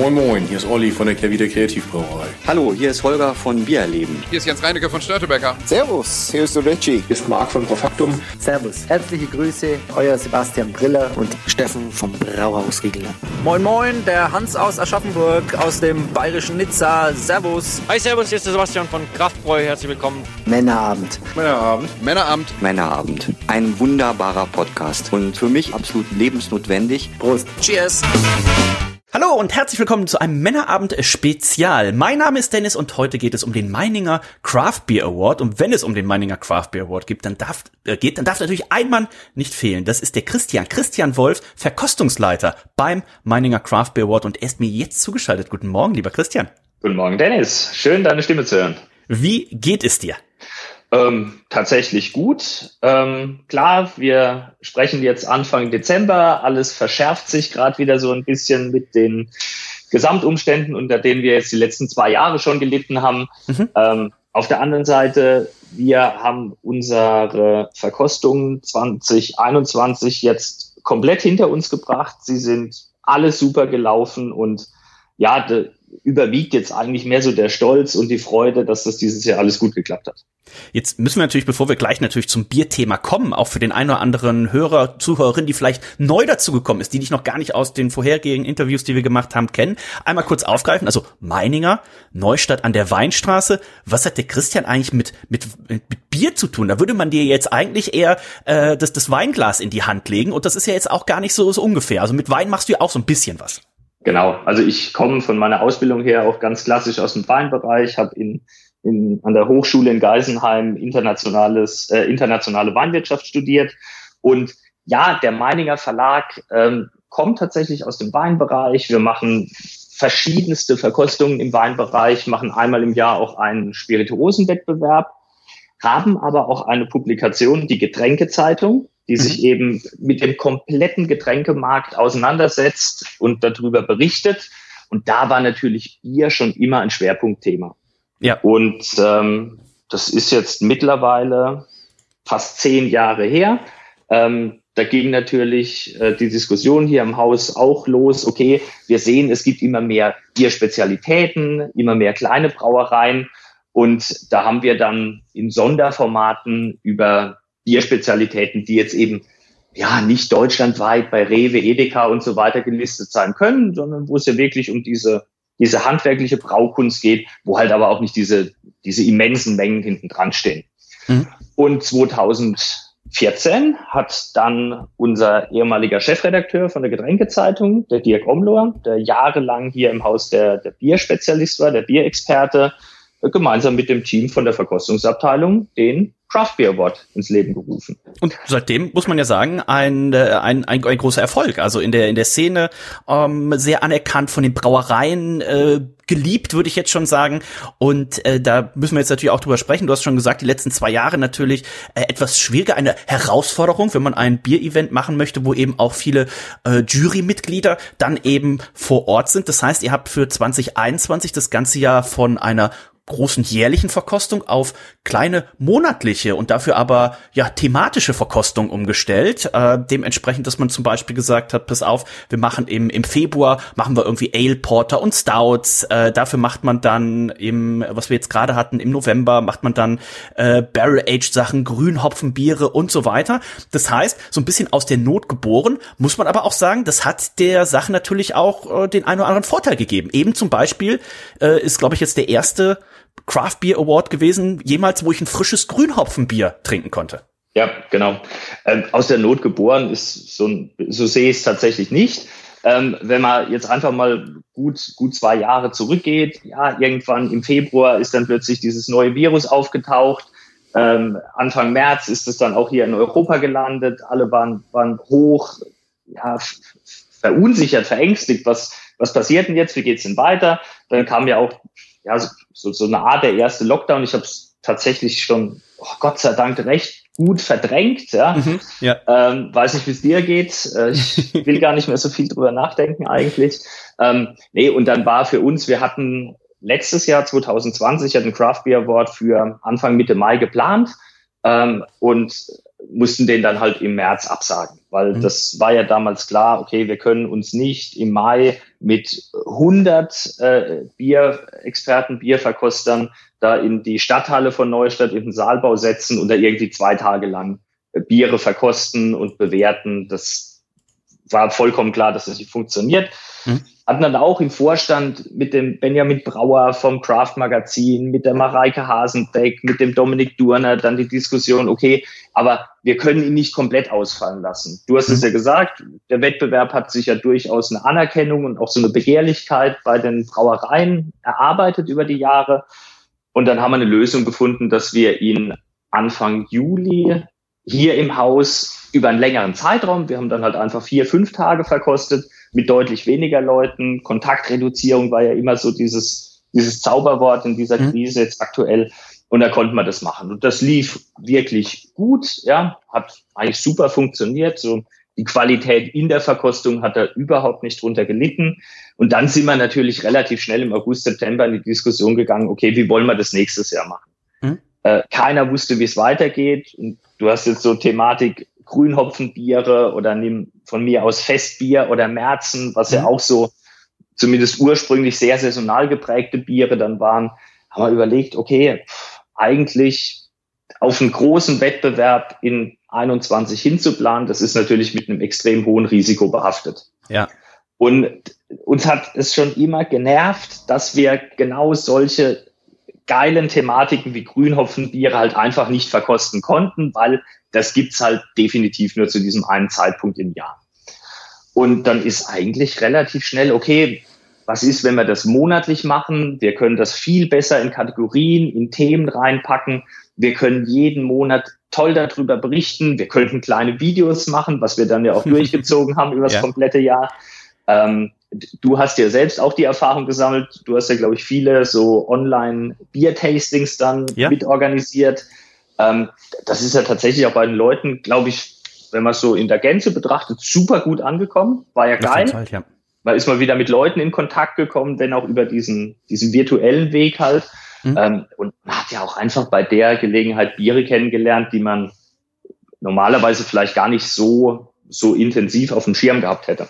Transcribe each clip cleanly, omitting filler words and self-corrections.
Moin Moin, hier ist Olli von der Kehrwieder Kreativbrauerei. Hallo, hier ist Holger von Biererleben. Hier ist Jens Reinecke von Störtebecker. Servus, hier ist der Richie. Hier ist Marc von Profaktum. Servus, herzliche Grüße, euer Sebastian Briller und Steffen vom Brauhaus Riegeler. Moin Moin, der Hans aus Aschaffenburg, aus dem bayerischen Nizza. Servus. Hi, servus, hier ist der Sebastian von Kraftbräu. Herzlich willkommen. Männerabend. Männerabend. Ein wunderbarer Podcast und für mich absolut lebensnotwendig. Prost. Cheers. Hallo und herzlich willkommen zu einem Männerabend-Spezial. Mein Name ist Dennis und heute geht es um den Meininger Craft Beer Award. Und wenn es um den Meininger Craft Beer Award geht, dann darf natürlich ein Mann nicht fehlen. Das ist der Christian Wolf, Verkostungsleiter beim Meininger Craft Beer Award. Und er ist mir jetzt zugeschaltet. Guten Morgen, lieber Christian. Guten Morgen, Dennis. Schön, deine Stimme zu hören. Wie geht es dir? Tatsächlich gut. Klar, wir sprechen jetzt Anfang Dezember. Alles verschärft sich gerade wieder so ein bisschen mit den Gesamtumständen, unter denen wir jetzt die letzten 2 Jahre schon gelitten haben. Auf der anderen Seite, wir haben unsere Verkostungen 2021 jetzt komplett hinter uns gebracht. Sie sind alle super gelaufen und ja, überwiegt jetzt eigentlich mehr so der Stolz und die Freude, dass das dieses Jahr alles gut geklappt hat. Jetzt müssen wir natürlich, bevor wir gleich natürlich zum Bierthema kommen, auch für den einen oder anderen Hörer, Zuhörerin, die vielleicht neu dazugekommen ist, die dich noch gar nicht aus den vorherigen Interviews, die wir gemacht haben, kennen, einmal kurz aufgreifen. Also Meininger, Neustadt an der Weinstraße. Was hat der Christian eigentlich mit Bier zu tun? Da würde man dir jetzt eigentlich eher das Weinglas in die Hand legen und das ist ja jetzt auch gar nicht so ungefähr. Also mit Wein machst du ja auch so ein bisschen was. Genau, also ich komme von meiner Ausbildung her auch ganz klassisch aus dem Weinbereich, habe an der Hochschule in Geisenheim internationale Weinwirtschaft studiert. Und ja, der Meininger Verlag kommt tatsächlich aus dem Weinbereich. Wir machen verschiedenste Verkostungen im Weinbereich, machen einmal im Jahr auch einen Spirituosenwettbewerb, haben aber auch eine Publikation, die Getränkezeitung, die sich eben mit dem kompletten Getränkemarkt auseinandersetzt und darüber berichtet. Und da war natürlich Bier schon immer ein Schwerpunktthema. Ja. Und das ist jetzt mittlerweile fast 10 Jahre her. Da ging natürlich die Diskussion hier im Haus auch los. Okay, wir sehen, es gibt immer mehr Bierspezialitäten, immer mehr kleine Brauereien. Und da haben wir dann in Sonderformaten über Bierspezialitäten, die jetzt eben ja nicht deutschlandweit bei Rewe, Edeka und so weiter gelistet sein können, sondern wo es ja wirklich um diese handwerkliche Braukunst geht, wo halt aber auch nicht diese immensen Mengen hinten dran stehen. Und 2014 hat dann unser ehemaliger Chefredakteur von der Getränkezeitung, der Dirk Omlohr, der jahrelang hier im Haus der Bierspezialist war, der Bierexperte, gemeinsam mit dem Team von der Verkostungsabteilung den Craft Beer Award ins Leben gerufen. Und seitdem muss man ja sagen, ein großer Erfolg. Also in der Szene sehr anerkannt, von den Brauereien geliebt, würde ich jetzt schon sagen. Und da müssen wir jetzt natürlich auch drüber sprechen. Du hast schon gesagt, die letzten 2 Jahre natürlich etwas schwieriger, eine Herausforderung, wenn man ein Bierevent machen möchte, wo eben auch viele Jurymitglieder dann eben vor Ort sind. Das heißt, ihr habt für 2021 das ganze Jahr von einer großen jährlichen Verkostung auf kleine monatliche und dafür aber ja thematische Verkostung umgestellt. Dementsprechend, dass man zum Beispiel gesagt hat, pass auf, wir machen im Februar machen wir irgendwie Ale Porter und Stouts. Dafür macht man dann was wir jetzt gerade hatten, im November macht man dann Barrel-Aged Sachen, Grünhopfenbiere und so weiter. Das heißt, so ein bisschen aus der Not geboren, muss man aber auch sagen, das hat der Sache natürlich auch den einen oder anderen Vorteil gegeben. Eben zum Beispiel ist, glaube ich, jetzt der erste Craft Beer Award gewesen, jemals, wo ich ein frisches Grünhopfenbier trinken konnte. Ja, genau. Aus der Not geboren ist so sehe ich es tatsächlich nicht. Wenn man jetzt einfach mal gut 2 Jahre zurückgeht, ja, irgendwann im Februar ist dann plötzlich dieses neue Virus aufgetaucht. Anfang März ist es dann auch hier in Europa gelandet. Alle waren hoch, ja, verunsichert, verängstigt. Was passiert denn jetzt? Wie geht's denn weiter? Dann kam ja auch ja so eine Art der erste Lockdown. Ich habe es tatsächlich schon, Gott sei Dank, recht gut verdrängt. Ja. Weiß nicht, wie es dir geht. Ich will gar nicht mehr so viel drüber nachdenken eigentlich. Und dann war für uns, wir hatten letztes Jahr 2020 einen Craft Beer Award für Anfang Mitte Mai geplant und mussten den dann halt im März absagen, weil das war ja damals klar, okay, wir können uns nicht im Mai mit 100 Bierexperten, Bierverkostern da in die Stadthalle von Neustadt in den Saalbau setzen und da irgendwie 2 Tage lang Biere verkosten und bewerten. Das war vollkommen klar, dass das nicht funktioniert. Hatten dann auch im Vorstand mit dem Benjamin Brauer vom Craft Magazin, mit der Mareike Hasenbeck, mit dem Dominik Durner dann die Diskussion, okay, aber wir können ihn nicht komplett ausfallen lassen. Du hast es ja gesagt, der Wettbewerb hat sich ja durchaus eine Anerkennung und auch so eine Begehrlichkeit bei den Brauereien erarbeitet über die Jahre. Und dann haben wir eine Lösung gefunden, dass wir ihn Anfang Juli hier im Haus über einen längeren Zeitraum, wir haben dann halt einfach 4-5 Tage verkostet, mit deutlich weniger Leuten. Kontaktreduzierung war ja immer so dieses Zauberwort in dieser Krise jetzt aktuell. Und da konnte man das machen. Und das lief wirklich gut, ja, hat eigentlich super funktioniert. So die Qualität in der Verkostung hat da überhaupt nicht drunter gelitten. Und dann sind wir natürlich relativ schnell im August, September in die Diskussion gegangen, okay, wie wollen wir das nächstes Jahr machen? Keiner wusste, wie es weitergeht. Und du hast jetzt so Thematik Grünhopfenbiere oder nimm von mir aus Festbier oder Märzen, was ja auch so zumindest ursprünglich sehr saisonal geprägte Biere dann waren, haben wir überlegt, okay, eigentlich auf einen großen Wettbewerb in 21 hinzuplanen, das ist natürlich mit einem extrem hohen Risiko behaftet. Ja. Und uns hat es schon immer genervt, dass wir genau solche geilen Thematiken wie Grünhopfenbiere halt einfach nicht verkosten konnten, weil das gibt's halt definitiv nur zu diesem einen Zeitpunkt im Jahr. Und dann ist eigentlich relativ schnell, okay, was ist, wenn wir das monatlich machen? Wir können das viel besser in Kategorien, in Themen reinpacken. Wir können jeden Monat toll darüber berichten. Wir könnten kleine Videos machen, was wir dann ja auch durchgezogen haben über das komplette Jahr. Du hast ja selbst auch die Erfahrung gesammelt. Du hast ja, glaube ich, viele so Online-Bier-Tastings dann mitorganisiert. Das ist ja tatsächlich auch bei den Leuten, glaube ich, wenn man es so in der Gänze betrachtet, super gut angekommen. War ja geil. Fall, ja. Man ist mal wieder mit Leuten in Kontakt gekommen, wenn auch über diesen virtuellen Weg halt. Und man hat ja auch einfach bei der Gelegenheit Biere kennengelernt, die man normalerweise vielleicht gar nicht so intensiv auf dem Schirm gehabt hätte.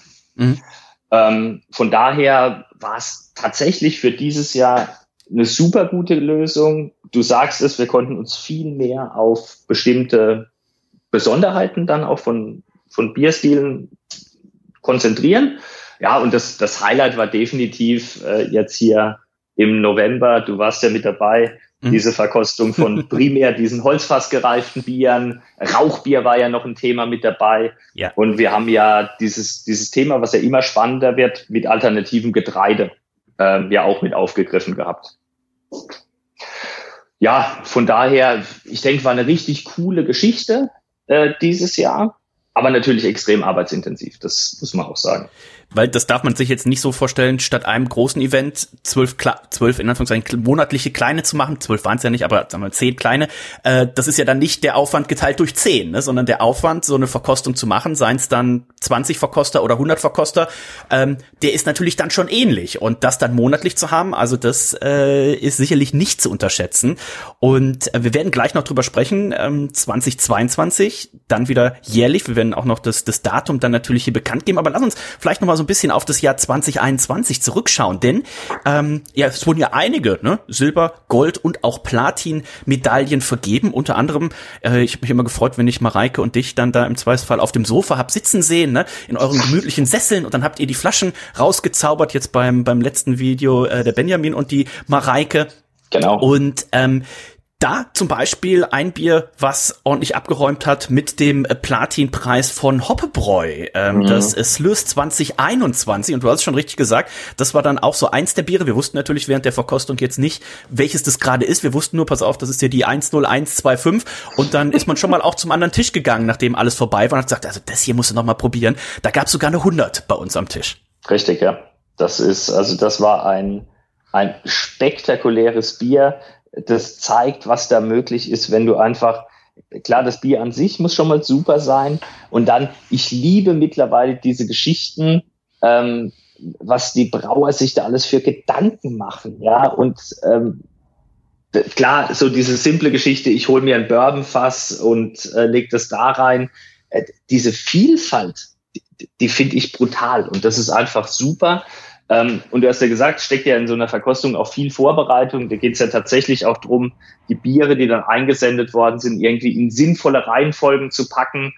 Von daher war es tatsächlich für dieses Jahr eine super gute Lösung. Du sagst es, wir konnten uns viel mehr auf bestimmte Besonderheiten dann auch von Bierstilen konzentrieren. Ja, und das Highlight war definitiv jetzt hier im November, du warst ja mit dabei, diese Verkostung von primär diesen holzfassgereiften Bieren. Rauchbier war ja noch ein Thema mit dabei. Ja. Und wir haben ja dieses Thema, was ja immer spannender wird, mit alternativem Getreide ja auch mit aufgegriffen gehabt. Ja, von daher, ich denke, war eine richtig coole Geschichte dieses Jahr, aber natürlich extrem arbeitsintensiv, das muss man auch sagen. Weil das darf man sich jetzt nicht so vorstellen, statt einem großen Event 12 in Anführungszeichen monatliche kleine zu machen, 12 waren es ja nicht, aber sagen wir 10 kleine, das ist ja dann nicht der Aufwand geteilt durch 10, ne, sondern der Aufwand, so eine Verkostung zu machen, seien es dann 20 Verkoster oder 100 Verkoster, der ist natürlich dann schon ähnlich und das dann monatlich zu haben, also das ist sicherlich nicht zu unterschätzen und wir werden gleich noch drüber sprechen, 2022, dann wieder jährlich, wir werden auch noch das Datum dann natürlich hier bekannt geben, aber lass uns vielleicht noch mal so ein bisschen auf das Jahr 2021 zurückschauen, denn es wurden ja einige Silber-, Gold- und auch Platin-Medaillen vergeben, unter anderem, ich habe mich immer gefreut, wenn ich Mareike und dich dann da im Zweifelsfall auf dem Sofa hab sitzen sehen, in euren gemütlichen Sesseln und dann habt ihr die Flaschen rausgezaubert, jetzt beim letzten Video der Benjamin und die Mareike. Genau. Und da zum Beispiel ein Bier, was ordentlich abgeräumt hat mit dem Platinpreis von Hoppebräu. Das Slurs 2021. Und du hast schon richtig gesagt, das war dann auch so eins der Biere. Wir wussten natürlich während der Verkostung jetzt nicht, welches das gerade ist. Wir wussten nur, pass auf, das ist ja die 10125. Und dann ist man schon mal auch zum anderen Tisch gegangen, nachdem alles vorbei war und hat gesagt, also das hier musst du noch mal probieren. Da gab es sogar eine 100 bei uns am Tisch. Richtig, ja. Das war ein spektakuläres Bier. Das zeigt, was da möglich ist, wenn du einfach, klar, das Bier an sich muss schon mal super sein. Und dann, ich liebe mittlerweile diese Geschichten, was die Brauer sich da alles für Gedanken machen, ja. Und klar, so diese simple Geschichte, ich hole mir ein Bourbonfass und leg das da rein. Diese Vielfalt, die finde ich brutal. Und das ist einfach super. Und du hast ja gesagt, steckt ja in so einer Verkostung auch viel Vorbereitung. Da geht es ja tatsächlich auch drum, die Biere, die dann eingesendet worden sind, irgendwie in sinnvolle Reihenfolgen zu packen.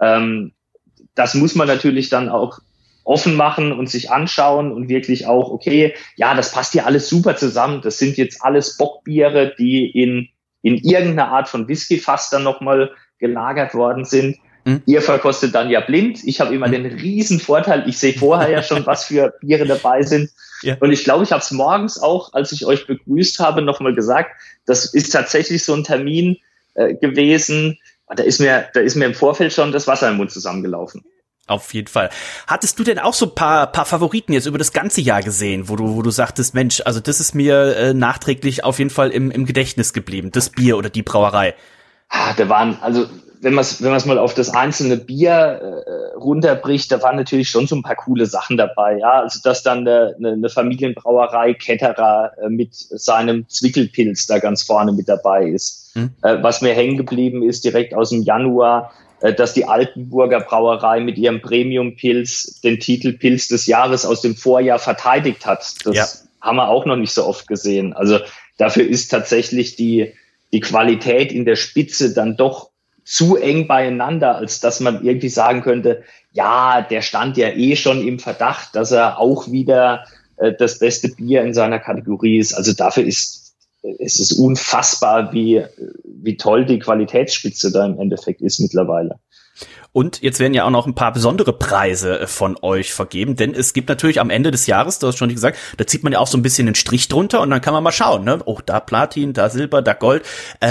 Das muss man natürlich dann auch offen machen und sich anschauen und wirklich auch, okay, ja, das passt hier alles super zusammen. Das sind jetzt alles Bockbiere, die in irgendeiner Art von Whiskyfass dann nochmal gelagert worden sind. Ihr verkostet dann ja blind. Ich habe immer den riesen Vorteil, ich sehe vorher ja schon, was für Biere dabei sind. Ja. Und ich glaube, ich habe es morgens auch, als ich euch begrüßt habe, nochmal gesagt, das ist tatsächlich so ein Termin gewesen. Da ist mir im Vorfeld schon das Wasser im Mund zusammengelaufen. Auf jeden Fall. Hattest du denn auch so ein paar Favoriten jetzt über das ganze Jahr gesehen, wo du sagtest, Mensch, also das ist mir nachträglich auf jeden Fall im Gedächtnis geblieben, das Bier oder die Brauerei? Da waren, also wenn man es mal auf das einzelne Bier runterbricht, da waren natürlich schon so ein paar coole Sachen dabei. Ja, also dass dann eine Familienbrauerei Ketterer mit seinem Zwickelpilz da ganz vorne mit dabei ist. Was mir hängen geblieben ist direkt aus dem Januar, dass die Altenburger Brauerei mit ihrem Premium-Pilz den Titel Pilz des Jahres aus dem Vorjahr verteidigt hat. Das haben wir auch noch nicht so oft gesehen. Also dafür ist tatsächlich die Qualität in der Spitze dann doch zu eng beieinander, als dass man irgendwie sagen könnte, ja, der stand ja eh schon im Verdacht, dass er auch wieder das beste Bier in seiner Kategorie ist. Also dafür es ist unfassbar, wie toll die Qualitätsspitze da im Endeffekt ist mittlerweile. Und jetzt werden ja auch noch ein paar besondere Preise von euch vergeben, denn es gibt natürlich am Ende des Jahres, du hast schon gesagt, da zieht man ja auch so ein bisschen einen Strich drunter und dann kann man mal schauen, ne? Oh, da Platin, da Silber, da Gold,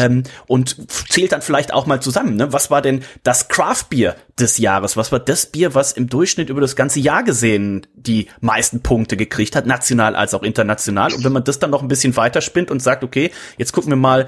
und zählt dann vielleicht auch mal zusammen, ne? Was war denn das Craft-Bier des Jahres? Was war das Bier, was im Durchschnitt über das ganze Jahr gesehen die meisten Punkte gekriegt hat, national als auch international? Und wenn man das dann noch ein bisschen weiterspinnt und sagt, okay, jetzt gucken wir mal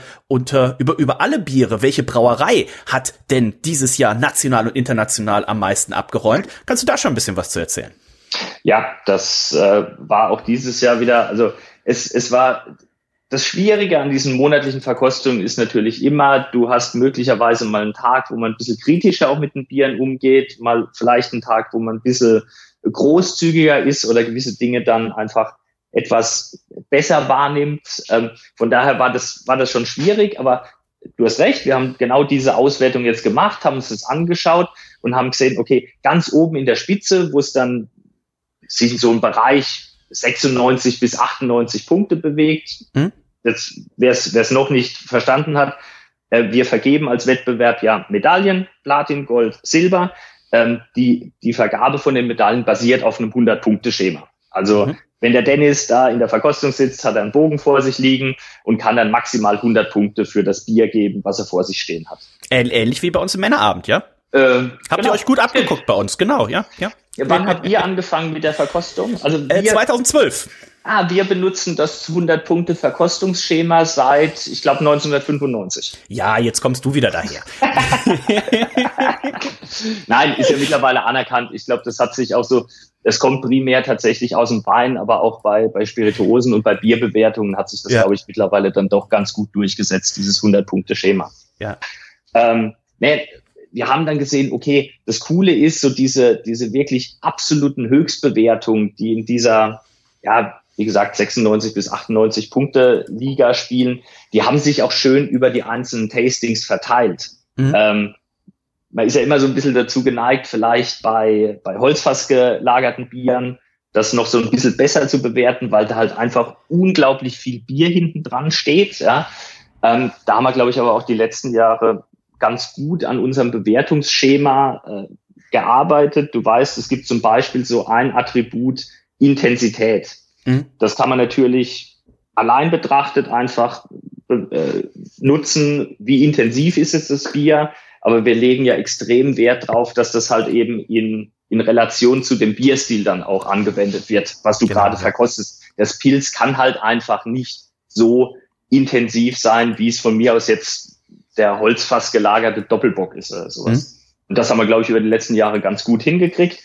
über alle Biere, welche Brauerei hat denn dieses Jahr national und international am meisten abgeräumt? Kannst du da schon ein bisschen was zu erzählen? Ja, das war auch dieses Jahr wieder, also es war, das Schwierige an diesen monatlichen Verkostungen ist natürlich immer, du hast möglicherweise mal einen Tag, wo man ein bisschen kritischer auch mit den Bieren umgeht, mal vielleicht einen Tag, wo man ein bisschen großzügiger ist oder gewisse Dinge dann einfach etwas besser wahrnimmt. Von daher war das schon schwierig, aber du hast recht, wir haben genau diese Auswertung jetzt gemacht, haben uns das angeschaut und haben gesehen, okay, ganz oben in der Spitze, wo es dann sich in so einem Bereich 96 bis 98 Punkte bewegt. Jetzt, wer es noch nicht verstanden hat, wir vergeben als Wettbewerb ja Medaillen, Platin, Gold, Silber. Die Vergabe von den Medaillen basiert auf einem 100-Punkte-Schema. Also wenn der Dennis da in der Verkostung sitzt, hat er einen Bogen vor sich liegen und kann dann maximal 100 Punkte für das Bier geben, was er vor sich stehen hat. Ähnlich wie bei uns im Männerabend, ja? Habt ihr euch gut abgeguckt bei uns, genau, ja. Wann habt ihr angefangen mit der Verkostung? Also 2012. Wir benutzen das 100-Punkte-Verkostungsschema seit, ich glaube, 1995. Ja, jetzt kommst du wieder daher. Nein, ist ja mittlerweile anerkannt. Ich glaube, das hat sich auch so, es kommt primär tatsächlich aus dem Wein, aber auch bei Spirituosen und bei Bierbewertungen hat sich das, glaube ich, mittlerweile dann doch ganz gut durchgesetzt, dieses 100-Punkte-Schema. Ja. Wir haben dann gesehen, okay, das Coole ist so diese wirklich absoluten Höchstbewertungen, die in dieser, ja, wie gesagt, 96 bis 98 Punkte Liga spielen, die haben sich auch schön über die einzelnen Tastings verteilt. Man ist ja immer so ein bisschen dazu geneigt, vielleicht bei Holzfass gelagerten Bieren das noch so ein bisschen besser zu bewerten, weil da halt einfach unglaublich viel Bier hinten dran steht. Ja. Da haben wir, glaube ich, aber auch die letzten Jahre ganz gut an unserem Bewertungsschema gearbeitet. Du weißt, es gibt zum Beispiel so ein Attribut Intensität. Das kann man natürlich allein betrachtet einfach nutzen, wie intensiv ist jetzt das Bier, aber wir legen ja extrem Wert drauf, dass das halt eben in Relation zu dem Bierstil dann auch angewendet wird, was du gerade verkostest. Das Pilz kann halt einfach nicht so intensiv sein, wie es von mir aus jetzt der Holzfass gelagerte Doppelbock ist oder sowas. Und das haben wir, glaube ich, über die letzten Jahre ganz gut hingekriegt.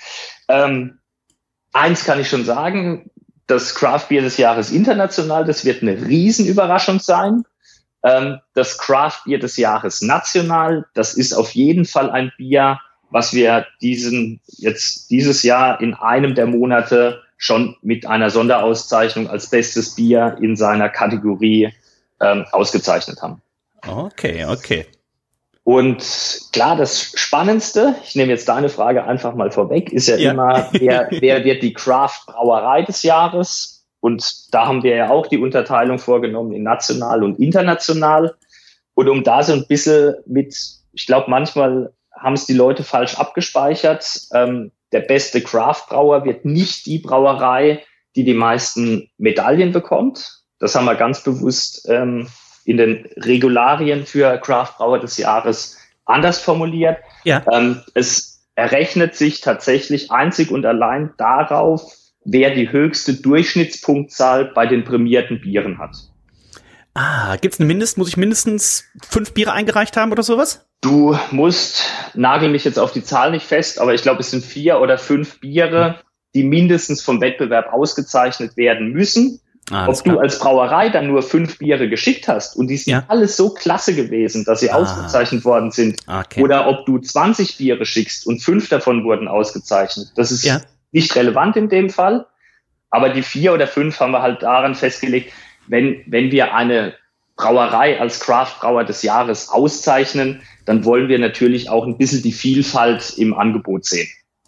Eins kann ich schon sagen, das Craft Beer des Jahres international, das wird eine Riesenüberraschung sein. Das Craft Beer des Jahres national, das ist auf jeden Fall ein Bier, was wir dieses Jahr in einem der Monate schon mit einer Sonderauszeichnung als bestes Bier in seiner Kategorie ausgezeichnet haben. Okay. Und klar, das Spannendste, ich nehme jetzt deine Frage einfach mal vorweg, ist ja immer, wer wird die Craft-Brauerei des Jahres? Und da haben wir ja auch die Unterteilung vorgenommen in national und international. Und um da so ein bisschen ich glaube, manchmal haben es die Leute falsch abgespeichert. Der beste Craft-Brauer wird nicht die Brauerei, die die meisten Medaillen bekommt. Das haben wir ganz bewusst in den Regularien für Craft-Brauer des Jahres anders formuliert. Ja. Es errechnet sich tatsächlich einzig und allein darauf, wer die höchste Durchschnittspunktzahl bei den prämierten Bieren hat. Gibt's muss ich mindestens 5 Biere eingereicht haben oder sowas? Du musst, nagel mich jetzt auf die Zahl nicht fest, aber ich glaube, es sind 4 oder 5 Biere, die mindestens vom Wettbewerb ausgezeichnet werden müssen. Ob du als Brauerei dann nur 5 Biere geschickt hast und die sind alles so klasse gewesen, dass sie ausgezeichnet worden sind, oder ob du 20 Biere schickst und 5 davon wurden ausgezeichnet, das ist nicht relevant in dem Fall. Aber die 4 oder 5 haben wir halt daran festgelegt, wenn wir eine Brauerei als Craft-Brauer des Jahres auszeichnen, dann wollen wir natürlich auch ein bisschen die Vielfalt im Angebot sehen.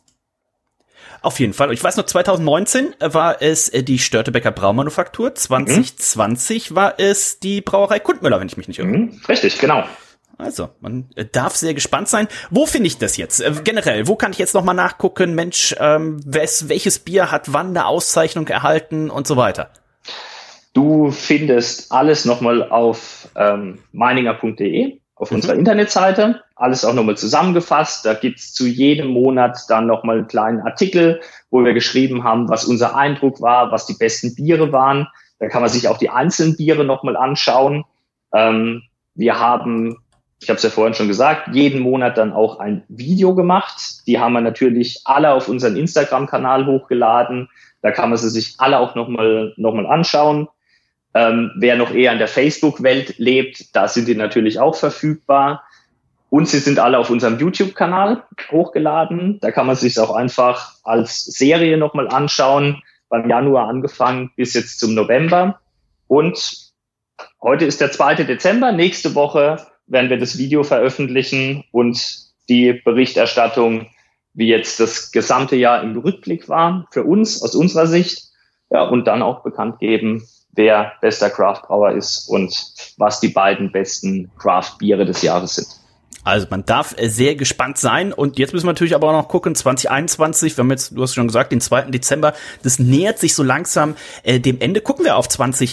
Auf jeden Fall. Ich weiß noch, 2019 war es die Störtebeker Braumanufaktur, 2020 war es die Brauerei Kundmüller, wenn ich mich nicht irre. Richtig, genau. Also, man darf sehr gespannt sein. Wo finde ich das jetzt? Generell, wo kann ich jetzt nochmal nachgucken? Mensch, welches Bier hat wann eine Auszeichnung erhalten und so weiter? Du findest alles nochmal auf meininger.de, auf unserer Internetseite. Alles auch nochmal zusammengefasst. Da gibt's zu jedem Monat dann nochmal einen kleinen Artikel, wo wir geschrieben haben, was unser Eindruck war, was die besten Biere waren. Da kann man sich auch die einzelnen Biere nochmal anschauen. Wir haben, ich habe es ja vorhin schon gesagt, jeden Monat dann auch ein Video gemacht. Die haben wir natürlich alle auf unseren Instagram-Kanal hochgeladen. Da kann man sie sich alle auch nochmal anschauen. Wer noch eher in der Facebook-Welt lebt, da sind die natürlich auch verfügbar. Und sie sind alle auf unserem YouTube-Kanal hochgeladen. Da kann man sich auch einfach als Serie nochmal anschauen. Beim Januar angefangen bis jetzt zum November. Und heute ist der 2. Dezember. Nächste Woche werden wir das Video veröffentlichen und die Berichterstattung, wie jetzt das gesamte Jahr im Rückblick war, für uns, aus unserer Sicht. Ja, und dann auch bekannt geben, wer bester Craft-Brauer ist und was die beiden besten Craft-Biere des Jahres sind. Also man darf sehr gespannt sein und jetzt müssen wir natürlich aber auch noch gucken, 2021, wir haben jetzt, du hast schon gesagt, den 2. Dezember, das nähert sich so langsam dem Ende. Gucken wir auf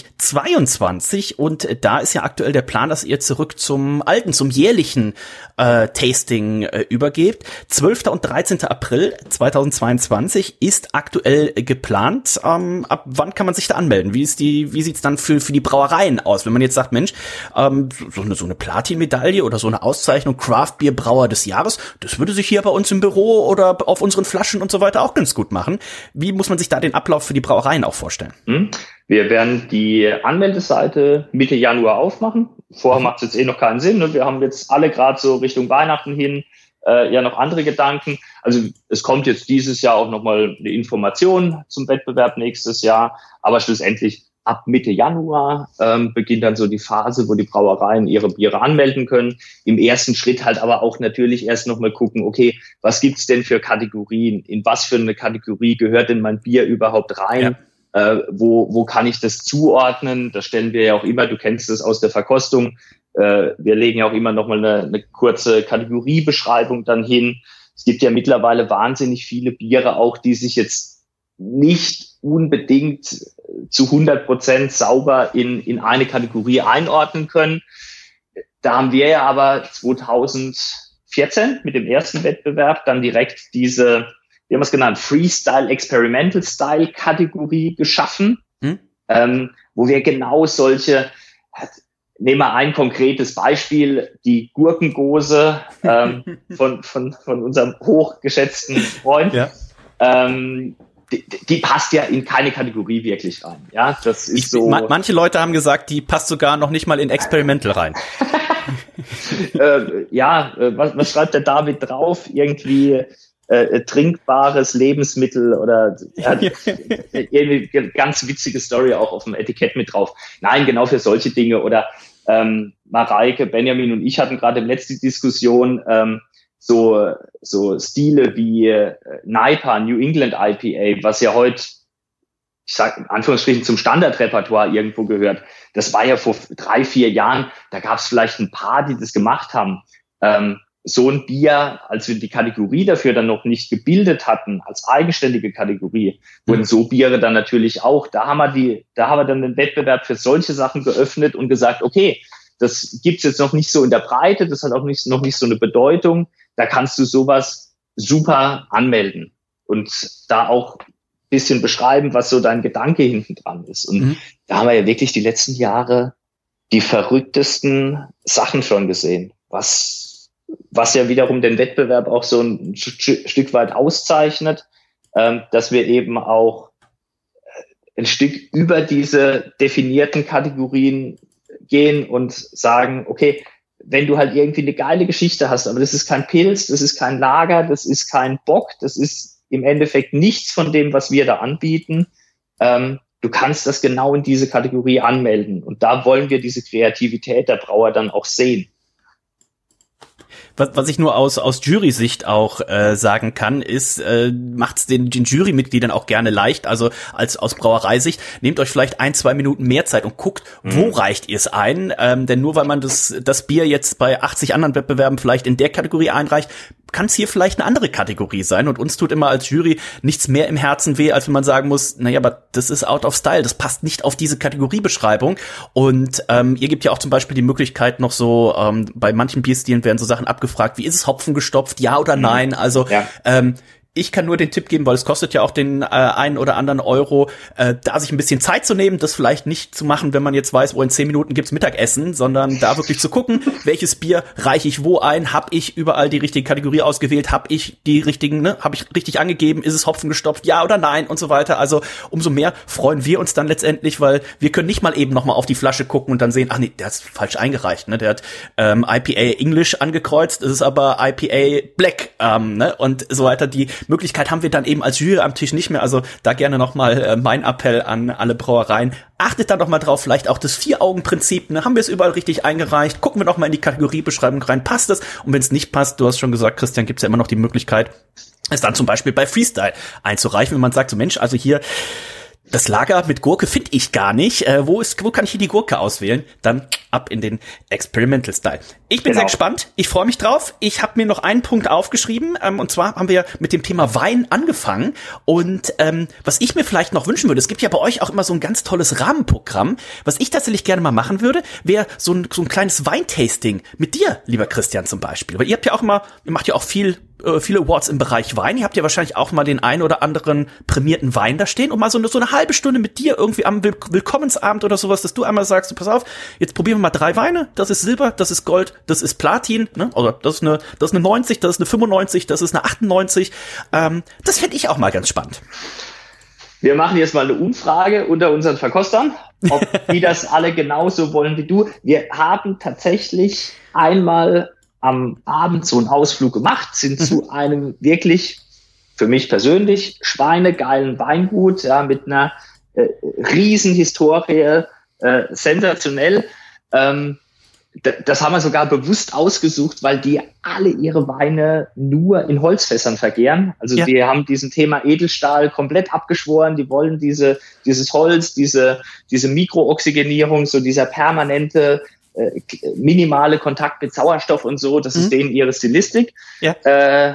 2022 und da ist ja aktuell der Plan, dass ihr zurück zum jährlichen Tasting übergebt. 12. und 13. April 2022 ist aktuell geplant. Ab wann kann man sich da anmelden? Wie sieht's dann für die Brauereien aus? Wenn man jetzt sagt, Mensch, so eine Platin-Medaille oder so eine Auszeichnung Craft-Bier-Brauer des Jahres, das würde sich hier bei uns im Büro oder auf unseren Flaschen und so weiter auch ganz gut machen. Wie muss man sich da den Ablauf für die Brauereien auch vorstellen? Wir werden die Anmeldeseite Mitte Januar aufmachen. Vorher macht es jetzt noch keinen Sinn. Wir haben jetzt alle gerade so Richtung Weihnachten hin noch andere Gedanken. Also es kommt jetzt dieses Jahr auch nochmal eine Information zum Wettbewerb nächstes Jahr. Aber schlussendlich ab Mitte Januar beginnt dann so die Phase, wo die Brauereien ihre Biere anmelden können. Im ersten Schritt halt aber auch natürlich erst nochmal gucken, okay, was gibt's denn für Kategorien? In was für eine Kategorie gehört denn mein Bier überhaupt rein? Ja. Wo kann ich das zuordnen? Das stellen wir ja auch immer, du kennst das aus der Verkostung. Wir legen ja auch immer nochmal eine kurze Kategoriebeschreibung dann hin. Es gibt ja mittlerweile wahnsinnig viele Biere auch, die sich jetzt nicht unbedingt zu 100% sauber in eine Kategorie einordnen können. Da haben wir ja aber 2014 mit dem ersten Wettbewerb dann direkt diese, wie haben wir es genannt, Freestyle Experimental Style Kategorie geschaffen, wo wir genau solche, nehmen wir ein konkretes Beispiel, die Gurkengose von unserem hochgeschätzten Freund. Ja. Die passt ja in keine Kategorie wirklich rein. Ja, das ist so. Manche Leute haben gesagt, die passt sogar noch nicht mal in Experimental rein. Was schreibt der David drauf? Irgendwie trinkbares Lebensmittel oder eine ganz witzige Story auch auf dem Etikett mit drauf. Nein, genau für solche Dinge. Oder Mareike, Benjamin und ich hatten gerade im letzten Diskussion so Stile wie NIPA, New England IPA, was ja heute, ich sage in Anführungsstrichen, zum Standardrepertoire irgendwo gehört. Das war ja vor 3-4 Jahren, da gab es vielleicht ein paar, die das gemacht haben. So ein Bier, als wir die Kategorie dafür dann noch nicht gebildet hatten, als eigenständige Kategorie, wurden so Biere dann natürlich auch, da haben wir dann den Wettbewerb für solche Sachen geöffnet und gesagt, okay, das gibt's jetzt noch nicht so in der Breite, das hat auch noch nicht so eine Bedeutung, da kannst du sowas super anmelden und da auch ein bisschen beschreiben, was so dein Gedanke hinten dran ist. Und da haben wir ja wirklich die letzten Jahre die verrücktesten Sachen schon gesehen, was ja wiederum den Wettbewerb auch so ein Stück weit auszeichnet, dass wir eben auch ein Stück über diese definierten Kategorien gehen und sagen, okay, wenn du halt irgendwie eine geile Geschichte hast, aber das ist kein Pilz, das ist kein Lager, das ist kein Bock, das ist im Endeffekt nichts von dem, was wir da anbieten, du kannst das genau in diese Kategorie anmelden. Und da wollen wir diese Kreativität der Brauer dann auch sehen. Was ich nur aus Jury-Sicht auch sagen kann, ist, macht's den Jurymitgliedern auch gerne leicht, also aus Brauereisicht, nehmt euch vielleicht 1-2 Minuten mehr Zeit und guckt, wo reicht ihr es ein, denn nur weil man das Bier jetzt bei 80 anderen Wettbewerben vielleicht in der Kategorie einreicht, kann es hier vielleicht eine andere Kategorie sein, und uns tut immer als Jury nichts mehr im Herzen weh, als wenn man sagen muss, naja, aber das ist out of style, das passt nicht auf diese Kategoriebeschreibung. Und ihr gebt ja auch zum Beispiel die Möglichkeit noch so, bei manchen Bierstilen werden so Sachen abgefragt, wie ist es Hopfen gestopft, ja oder nein, also ich kann nur den Tipp geben, weil es kostet ja auch den einen oder anderen Euro, da sich ein bisschen Zeit zu nehmen, das vielleicht nicht zu machen, wenn man jetzt weiß, in 10 Minuten gibt's Mittagessen, sondern da wirklich zu gucken, welches Bier reiche ich wo ein, habe ich überall die richtige Kategorie ausgewählt, habe ich die richtigen, habe ich richtig angegeben, ist es Hopfen gestopft, ja oder nein und so weiter. Also umso mehr freuen wir uns dann letztendlich, weil wir können nicht mal eben nochmal auf die Flasche gucken und dann sehen, ach nee, der ist falsch eingereicht, ne? Der hat IPA English angekreuzt, es ist aber IPA Black, ne? Und so weiter. Die Möglichkeit haben wir dann eben als Jury am Tisch nicht mehr. Also da gerne nochmal mein Appell an alle Brauereien. Achtet da doch mal drauf, vielleicht auch das 4-Augen-Prinzip. Ne? Haben wir es überall richtig eingereicht? Gucken wir doch mal in die Kategoriebeschreibung rein. Passt es? Und wenn es nicht passt, du hast schon gesagt, Christian, gibt es ja immer noch die Möglichkeit, es dann zum Beispiel bei Freestyle einzureichen, wenn man sagt, so Mensch, also hier das Lager mit Gurke finde ich gar nicht. Wo kann ich hier die Gurke auswählen? Dann ab in den Experimental Style. Ich bin sehr gespannt. Ich freue mich drauf. Ich habe mir noch einen Punkt aufgeschrieben. Und zwar haben wir mit dem Thema Wein angefangen. Und was ich mir vielleicht noch wünschen würde, es gibt ja bei euch auch immer so ein ganz tolles Rahmenprogramm. Was ich tatsächlich gerne mal machen würde, wäre so ein kleines Weintasting mit dir, lieber Christian zum Beispiel. Weil ihr macht ja auch viele Awards im Bereich Wein. Ihr habt ja wahrscheinlich auch mal den einen oder anderen prämierten Wein da stehen und mal so eine halbe Stunde mit dir irgendwie am Willkommensabend oder sowas, dass du einmal sagst, pass auf, jetzt probieren wir mal 3 Weine. Das ist Silber, das ist Gold, das ist Platin, ne? Oder das ist eine 90, das ist eine 95, das ist eine 98. Das fände ich auch mal ganz spannend. Wir machen jetzt mal eine Umfrage unter unseren Verkostern, ob die das alle genauso wollen wie du. Wir haben tatsächlich einmal am Abend so einen Ausflug gemacht, sind zu einem wirklich, für mich persönlich, schweinegeilen Weingut, ja, mit einer riesen Historie, sensationell. Das haben wir sogar bewusst ausgesucht, weil die alle ihre Weine nur in Holzfässern vergären. Also die haben diesen Thema Edelstahl komplett abgeschworen. Die wollen dieses Holz, diese Mikrooxygenierung, so dieser permanente minimale Kontakt mit Sauerstoff und so, das ist denen ihre Stilistik. Ja.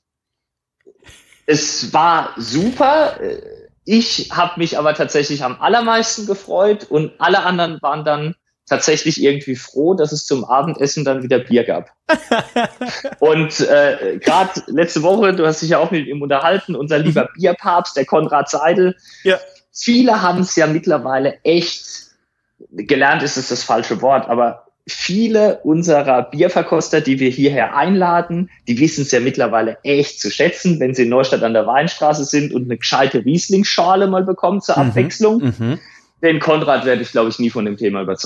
Es war super. Ich habe mich aber tatsächlich am allermeisten gefreut und alle anderen waren dann tatsächlich irgendwie froh, dass es zum Abendessen dann wieder Bier gab. Und gerade letzte Woche, du hast dich ja auch mit ihm unterhalten, unser lieber Bierpapst, der Konrad Seidel. Ja. Viele haben es ja mittlerweile echt gelernt, ist es das falsche Wort, aber viele unserer Bierverkoster, die wir hierher einladen, die wissen es ja mittlerweile echt zu schätzen, wenn sie in Neustadt an der Weinstraße sind und eine gescheite Rieslingsschorle mal bekommen zur Abwechslung. Den Konrad werde ich, glaube ich, nie von dem Thema überzeugen.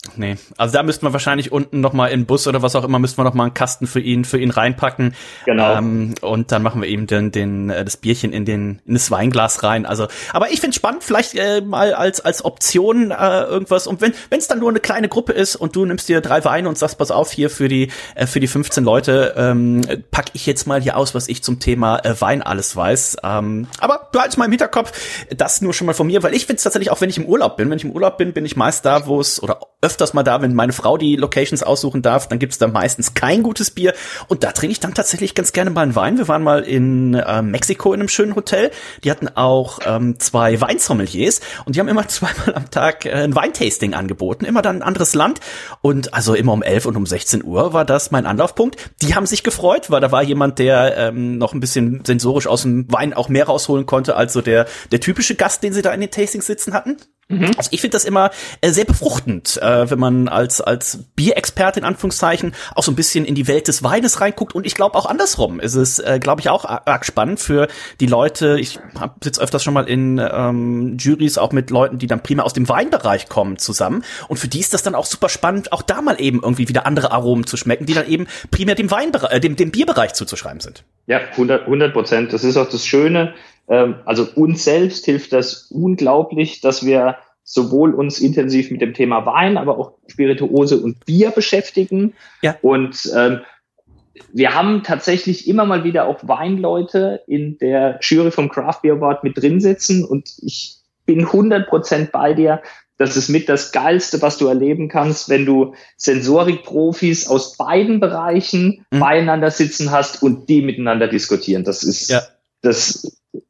Nee, also da müssten wir wahrscheinlich unten nochmal in den Bus oder was auch immer, müssten wir nochmal einen Kasten für ihn reinpacken. Genau. Und dann machen wir eben das Bierchen in das Weinglas rein. Also, aber ich find's spannend, vielleicht mal als Option irgendwas. Und wenn es dann nur eine kleine Gruppe ist und du nimmst dir 3 Weine und sagst, pass auf, hier für die 15 Leute pack ich jetzt mal hier aus, was ich zum Thema Wein alles weiß. Aber du halt's mal im Hinterkopf, das nur schon mal von mir, weil ich find's tatsächlich auch, wenn ich im Urlaub bin. Wenn ich im Urlaub bin ich meist da, wo es, oder öfters mal da, wenn meine Frau die Locations aussuchen darf, dann gibt's da meistens kein gutes Bier. Und da trinke ich dann tatsächlich ganz gerne mal einen Wein. Wir waren mal in Mexiko in einem schönen Hotel. Die hatten auch 2 Weinsommeliers und die haben immer 2-mal am Tag ein Weintasting angeboten. Immer dann ein anderes Land. Und also immer um 11 und um 16 Uhr war das mein Anlaufpunkt. Die haben sich gefreut, weil da war jemand, der noch ein bisschen sensorisch aus dem Wein auch mehr rausholen konnte, als so der typische Gast, den sie da in den Tastings sitzen hatten. Also ich finde das immer sehr befruchtend, wenn man als Bierexperte in Anführungszeichen auch so ein bisschen in die Welt des Weines reinguckt. Und ich glaube auch andersrum ist es, glaube ich, auch arg spannend für die Leute. Ich habe jetzt öfters schon mal in Jurys auch mit Leuten, die dann primär aus dem Weinbereich kommen, zusammen. Und für die ist das dann auch super spannend, auch da mal eben irgendwie wieder andere Aromen zu schmecken, die dann eben primär dem dem Bierbereich zuzuschreiben sind. Ja, 100%. Das ist auch das Schöne. Also uns selbst hilft das unglaublich, dass wir sowohl uns intensiv mit dem Thema Wein, aber auch Spirituose und Bier beschäftigen. Ja. Und wir haben tatsächlich immer mal wieder auch Weinleute in der Jury vom Craft Beer Award mit drin sitzen. Und ich bin 100% bei dir. Das ist mit das Geilste, was du erleben kannst, wenn du Sensorikprofis aus beiden Bereichen beieinander sitzen hast und die miteinander diskutieren. Das ist, das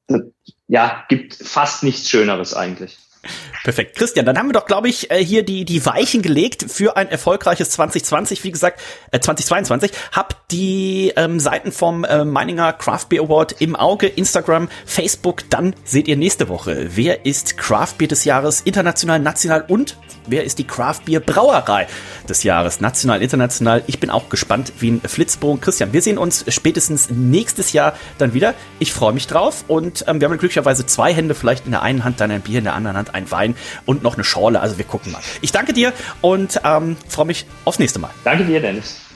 gibt fast nichts Schöneres eigentlich. Perfekt. Christian, dann haben wir doch, glaube ich, hier die Weichen gelegt für ein erfolgreiches 2020, wie gesagt, 2022. Hab die Seiten vom Meininger Craft Beer Award im Auge, Instagram, Facebook. Dann seht ihr nächste Woche, wer ist Craft Beer des Jahres, international, national und wer ist die Craft Beer Brauerei des Jahres, national, international. Ich bin auch gespannt wie ein Flitzbogen. Christian, wir sehen uns spätestens nächstes Jahr dann wieder. Ich freue mich drauf und wir haben glücklicherweise 2 Hände, vielleicht in der einen Hand dann ein Bier, in der anderen Hand ein Wein und noch eine Schorle. Also wir gucken mal. Ich danke dir und freue mich aufs nächste Mal. Danke dir, Dennis.